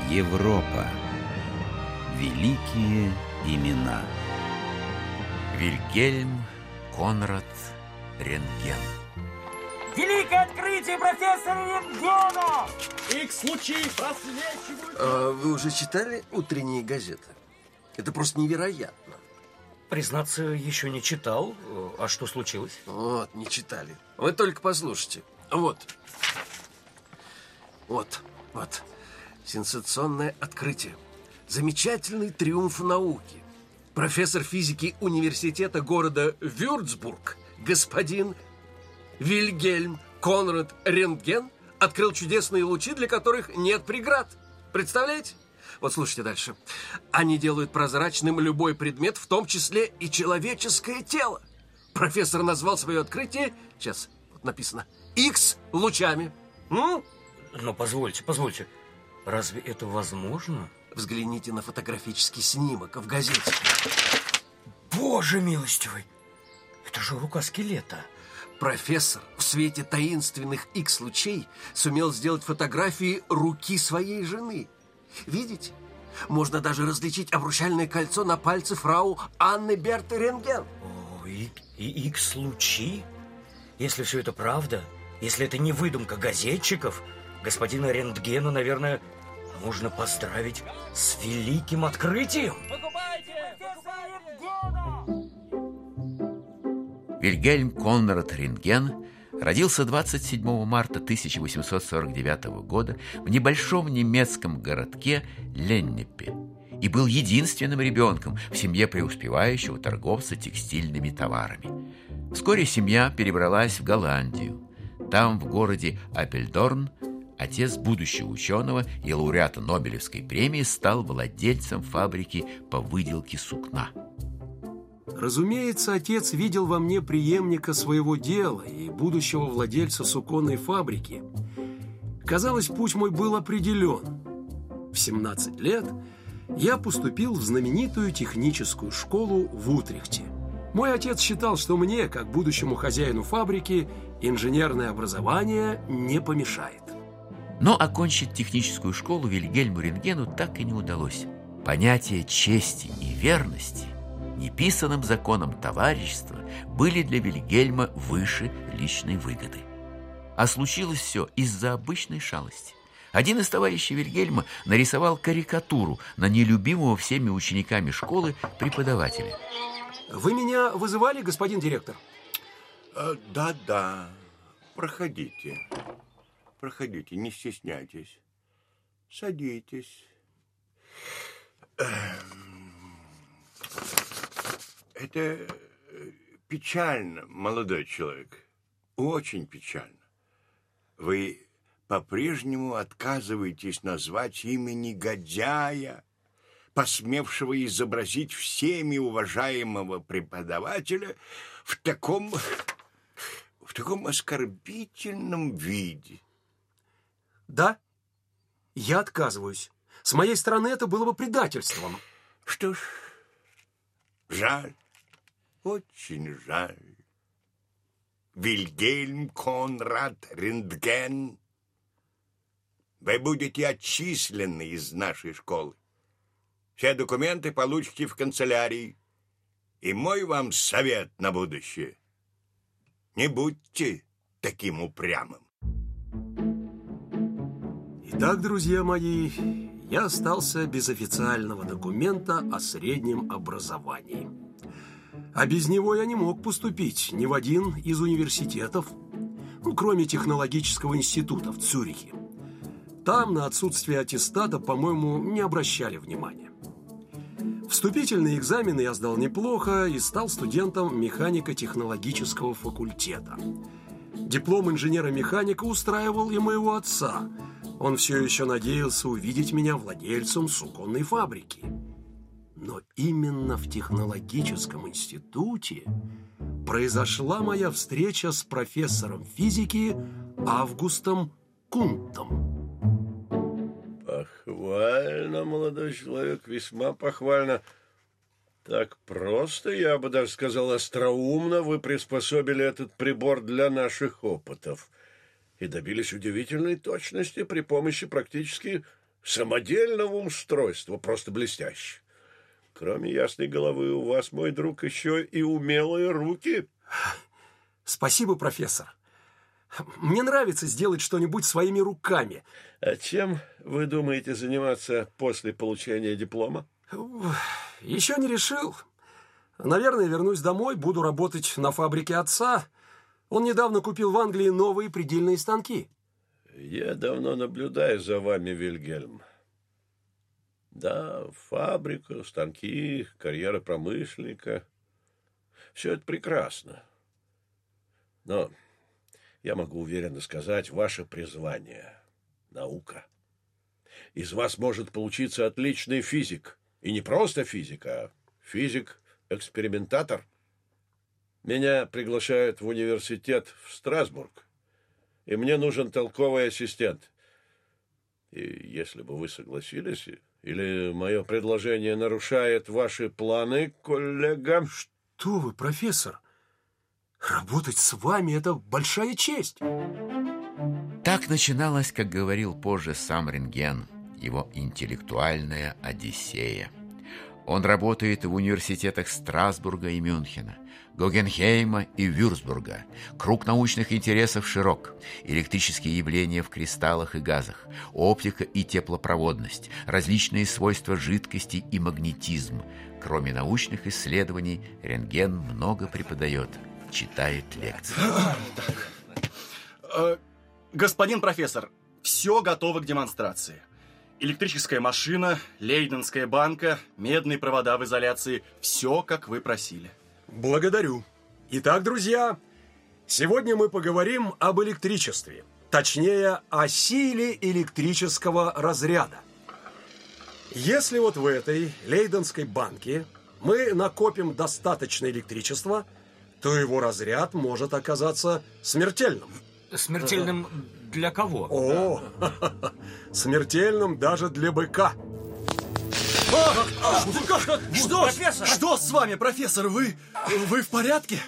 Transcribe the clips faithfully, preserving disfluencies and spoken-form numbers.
Европа. Великие имена. Вильгельм Конрад Рентген. Великое открытие профессора Рентгена! Икс-лучи просвечивают. А вы уже читали утренние газеты? Это просто невероятно. Признаться, еще не читал. А что случилось? Вот, не читали. Вы только послушайте. Вот. Вот, вот. Сенсационное открытие. Замечательный триумф науки. Профессор физики университета города Вюрцбург, господин Вильгельм Конрад Рентген, открыл чудесные лучи, для которых нет преград. Представляете? Вот слушайте дальше. Они делают прозрачным любой предмет, в том числе и человеческое тело. Профессор назвал свое открытие, сейчас вот написано, Икс-лучами. М? Но позвольте, позвольте. Разве это возможно? Взгляните на фотографический снимок в газете. Боже милостивый! Это же рука скелета. Профессор в свете таинственных Икс-лучей сумел сделать фотографии руки своей жены. Видите? Можно даже различить обручальное кольцо на пальце фрау Анны Берты Рентген. О, и, и Икс-лучи? Если все это правда, если это не выдумка газетчиков, господина Рентгена, наверное, можно поздравить с великим открытием. Покупайте! Профессора Рентгена! Вильгельм Конрад Рентген родился двадцать седьмого марта тысяча восемьсот сорок девятого года в небольшом немецком городке Леннепе и был единственным ребенком в семье преуспевающего торговца текстильными товарами. Вскоре семья перебралась в Голландию. Там, в городе Апельдорн, отец будущего ученого и лауреата Нобелевской премии стал владельцем фабрики по выделке сукна. Разумеется, отец видел во мне преемника своего дела и будущего владельца суконной фабрики. Казалось, путь мой был определен. В семнадцать лет я поступил в знаменитую техническую школу в Утрехте. Мой отец считал, что мне, как будущему хозяину фабрики, инженерное образование не помешает. Но окончить техническую школу Вильгельму Рентгену так и не удалось. Понятия чести и верности, неписанным законом товарищества, были для Вильгельма выше личной выгоды. А случилось все из-за обычной шалости. Один из товарищей Вильгельма нарисовал карикатуру на нелюбимого всеми учениками школы преподавателя. Вы меня вызывали, господин директор? Да-да, проходите. Проходите, не стесняйтесь. Садитесь. Это печально, молодой человек. Очень печально. Вы по-прежнему отказываетесь назвать имя негодяя, посмевшего изобразить всеми уважаемого преподавателя в таком, в таком оскорбительном виде. Да, я отказываюсь. С моей стороны это было бы предательством. Что ж, жаль, очень жаль. Вильгельм Конрад Рентген, вы будете отчислены из нашей школы. Все документы получите в канцелярии. И мой вам совет на будущее: не будьте таким упрямым. Итак, друзья мои, я остался без официального документа о среднем образовании. А без него я не мог поступить ни в один из университетов, ну, кроме технологического института в Цюрихе. Там на отсутствие аттестата, по-моему, не обращали внимания. Вступительные экзамены я сдал неплохо и стал студентом механико-технологического факультета. Диплом инженера-механика устраивал и моего отца. Он все еще надеялся увидеть меня владельцем суконной фабрики. Но именно в технологическом институте произошла моя встреча с профессором физики Августом Кунтом. Похвально, молодой человек, весьма похвально. Так просто, я бы даже сказал, остроумно вы приспособили этот прибор для наших опытов и добились удивительной точности при помощи практически самодельного устройства, просто блестяще. Кроме ясной головы у вас, мой друг, еще и умелые руки. Спасибо, профессор. Мне нравится сделать что-нибудь своими руками. А чем вы думаете заниматься после получения диплома? Еще не решил. Наверное, вернусь домой, буду работать на фабрике отца. Он недавно купил в Англии новые предельные станки. Я давно наблюдаю за вами, Вильгельм. Да, фабрика, станки, карьера промышленника. Все это прекрасно. Но я могу уверенно сказать, ваше призвание — наука. Из вас может получиться отличный физик. И не просто физик, а физик-экспериментатор. Меня приглашают в университет в Страсбург, и мне нужен толковый ассистент. И если бы вы согласились, или мое предложение нарушает ваши планы, коллега... Что вы, профессор? Работать с вами – это большая честь. Так начиналась, как говорил позже сам Рентген, его интеллектуальная одиссея. Он работает в университетах Страсбурга и Мюнхена, Гогенхейма и Вюрцбурга. Круг научных интересов широк. Электрические явления в кристаллах и газах, оптика и теплопроводность, различные свойства жидкости и магнетизм. Кроме научных исследований, Рентген много преподает, читает лекции. Господин профессор, все готово к демонстрации. Электрическая машина, лейденская банка, медные провода в изоляции. Все, как вы просили. Благодарю. Итак, друзья, сегодня мы поговорим об электричестве. Точнее, о силе электрического разряда. Если вот в этой лейденской банке мы накопим достаточно электричества, то его разряд может оказаться смертельным. Смертельным для кого? О, смертельным даже для быка. Что? Что с вами, профессор? Вы, вы в порядке?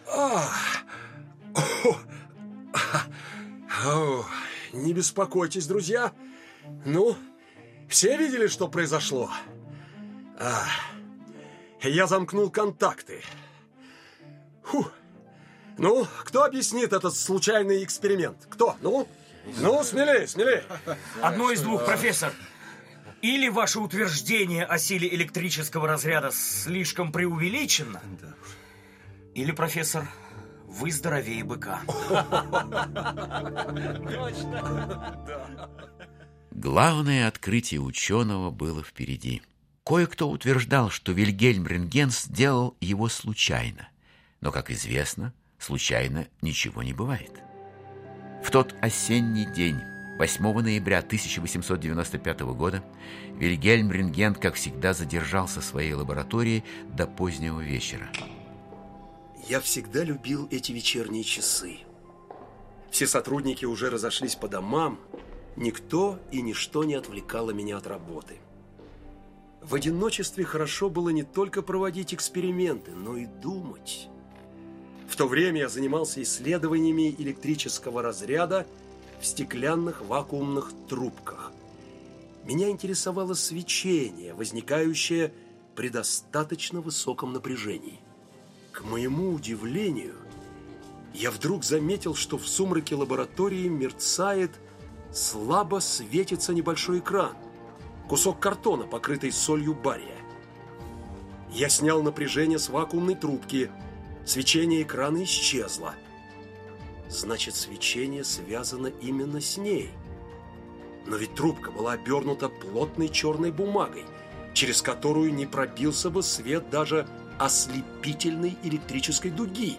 Не беспокойтесь, друзья. Ну, все видели, что произошло? А, я замкнул контакты. Фух. Ну, кто объяснит этот случайный эксперимент? Кто? Ну, ну, смелее, смелее. Одно из двух, профессор. Или ваше утверждение о силе электрического разряда слишком преувеличено, или, профессор, вы здоровее быка. Главное открытие ученого было впереди. Кое-кто утверждал, что Вильгельм Рентген сделал его случайно. Но, как известно, случайно ничего не бывает. В тот осенний день, восьмого ноября тысяча восемьсот девяносто пятого года, Вильгельм Рентген, как всегда, задержался в своей лаборатории до позднего вечера. Я всегда любил эти вечерние часы. Все сотрудники уже разошлись по домам. Никто и ничто не отвлекало меня от работы. В одиночестве хорошо было не только проводить эксперименты, но и думать. В то время я занимался исследованиями электрического разряда в стеклянных вакуумных трубках. Меня интересовало свечение, возникающее при достаточно высоком напряжении. К моему удивлению, я вдруг заметил, что в сумраке лаборатории мерцает, слабо светится небольшой экран, кусок картона, покрытый солью бария. Я снял напряжение с вакуумной трубки. Свечение экрана исчезло. Значит, свечение связано именно с ней. Но ведь трубка была обернута плотной черной бумагой, через которую не пробился бы свет даже ослепительной электрической дуги.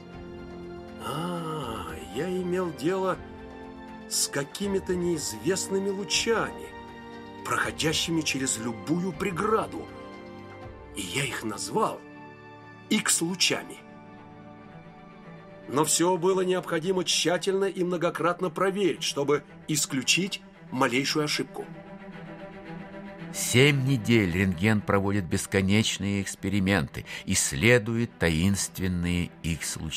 А, я имел дело с какими-то неизвестными лучами, проходящими через любую преграду. И я их назвал Икс-лучами. Но все было необходимо тщательно и многократно проверить, чтобы исключить малейшую ошибку. Семь недель Рентген проводит бесконечные эксперименты, исследует таинственные Икс-лучи.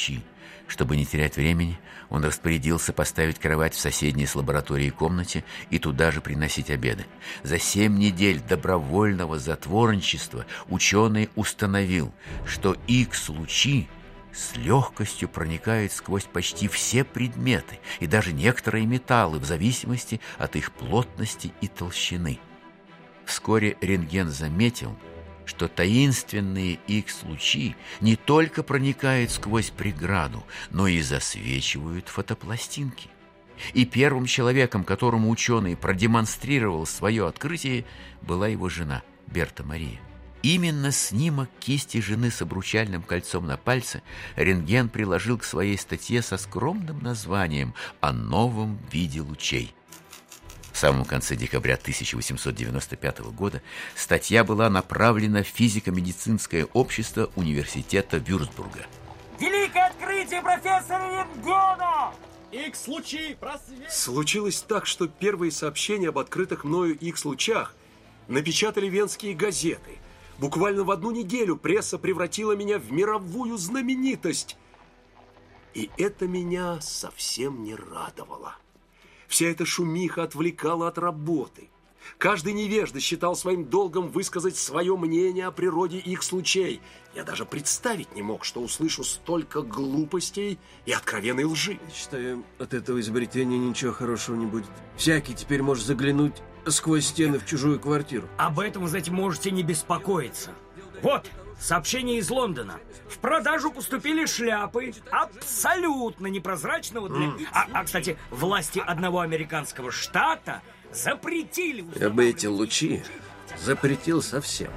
Чтобы не терять времени, он распорядился поставить кровать в соседней с лабораторией комнате и туда же приносить обеды. За семь недель добровольного затворничества ученый установил, что Икс-лучи с легкостью проникают сквозь почти все предметы и даже некоторые металлы в зависимости от их плотности и толщины. Вскоре рентген заметил, что таинственные Икс-лучи не только проникают сквозь преграду, но и засвечивают фотопластинки. И первым человеком, которому ученый продемонстрировал свое открытие, была его жена Берта Мария. Именно снимок кисти жены с обручальным кольцом на пальце рентген приложил к своей статье со скромным названием «О новом виде лучей». В самом конце декабря тысяча восемьсот девяносто пятого года статья была направлена в физико-медицинское общество университета Вюрцбурга. Великое открытие профессора рентгена! Икс-лучи, просвет! Случилось так, что первые сообщения об открытых мною Икс-лучах напечатали венские газеты. Буквально в одну неделю пресса превратила меня в мировую знаменитость. И это меня совсем не радовало. Вся эта шумиха отвлекала от работы. Каждый невежда считал своим долгом высказать свое мнение о природе Икс-лучей. Я даже представить не мог, что услышу столько глупостей и откровенной лжи. Считаю, от этого изобретения ничего хорошего не будет. Всякий теперь может заглянуть сквозь стены в чужую квартиру. Об этом, знаете, можете не беспокоиться. Вот, сообщение из Лондона. В продажу поступили шляпы абсолютно непрозрачного для... Mm. А, а, кстати, власти одного американского штата запретили... Я бы эти лучи запретил совсем.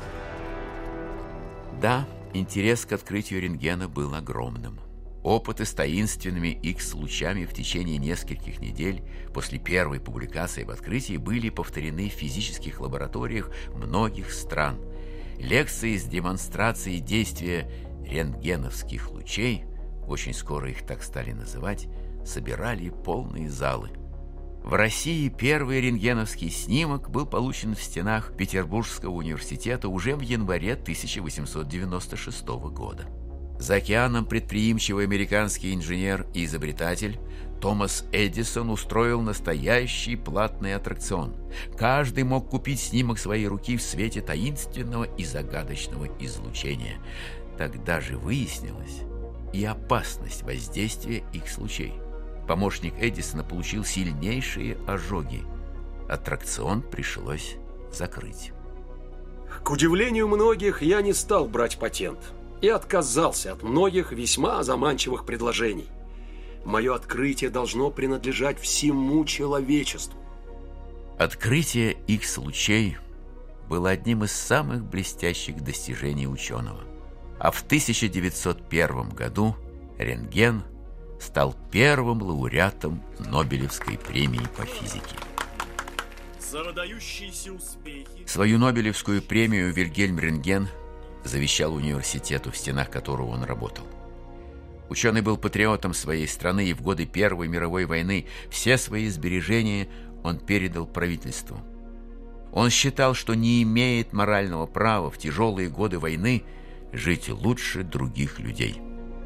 Да, интерес к открытию рентгена был огромным. Опыты с таинственными Икс-лучами в течение нескольких недель после первой публикации об открытии были повторены в физических лабораториях многих стран. Лекции с демонстрацией действия рентгеновских лучей, очень скоро их так стали называть, собирали полные залы. В России первый рентгеновский снимок был получен в стенах Петербургского университета уже в январе тысяча восемьсот девяносто шестого года. За океаном предприимчивый американский инженер и изобретатель Томас Эдисон устроил настоящий платный аттракцион. Каждый мог купить снимок своей руки в свете таинственного и загадочного излучения. Тогда же выяснилась и опасность воздействия Икс-лучей. Помощник Эдисона получил сильнейшие ожоги. Аттракцион пришлось закрыть. К удивлению многих, я не стал брать патент и отказался от многих весьма заманчивых предложений. Мое открытие должно принадлежать всему человечеству. Открытие Икс-лучей было одним из самых блестящих достижений ученого. А в тысяча девятьсот первом году рентген стал первым лауреатом Нобелевской премии по физике. За выдающиеся успехи. Свою Нобелевскую премию Вильгельм Рентген завещал университету, в стенах которого он работал. Ученый был патриотом своей страны, и в годы Первой мировой войны все свои сбережения он передал правительству. Он считал, что не имеет морального права в тяжелые годы войны жить лучше других людей.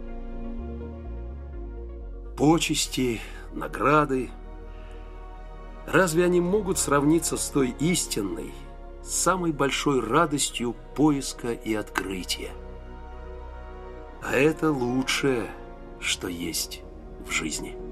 Почести, награды. Разве они могут сравниться с той истинной, самой большой радостью поиска и открытия? А это лучшее, что есть в жизни.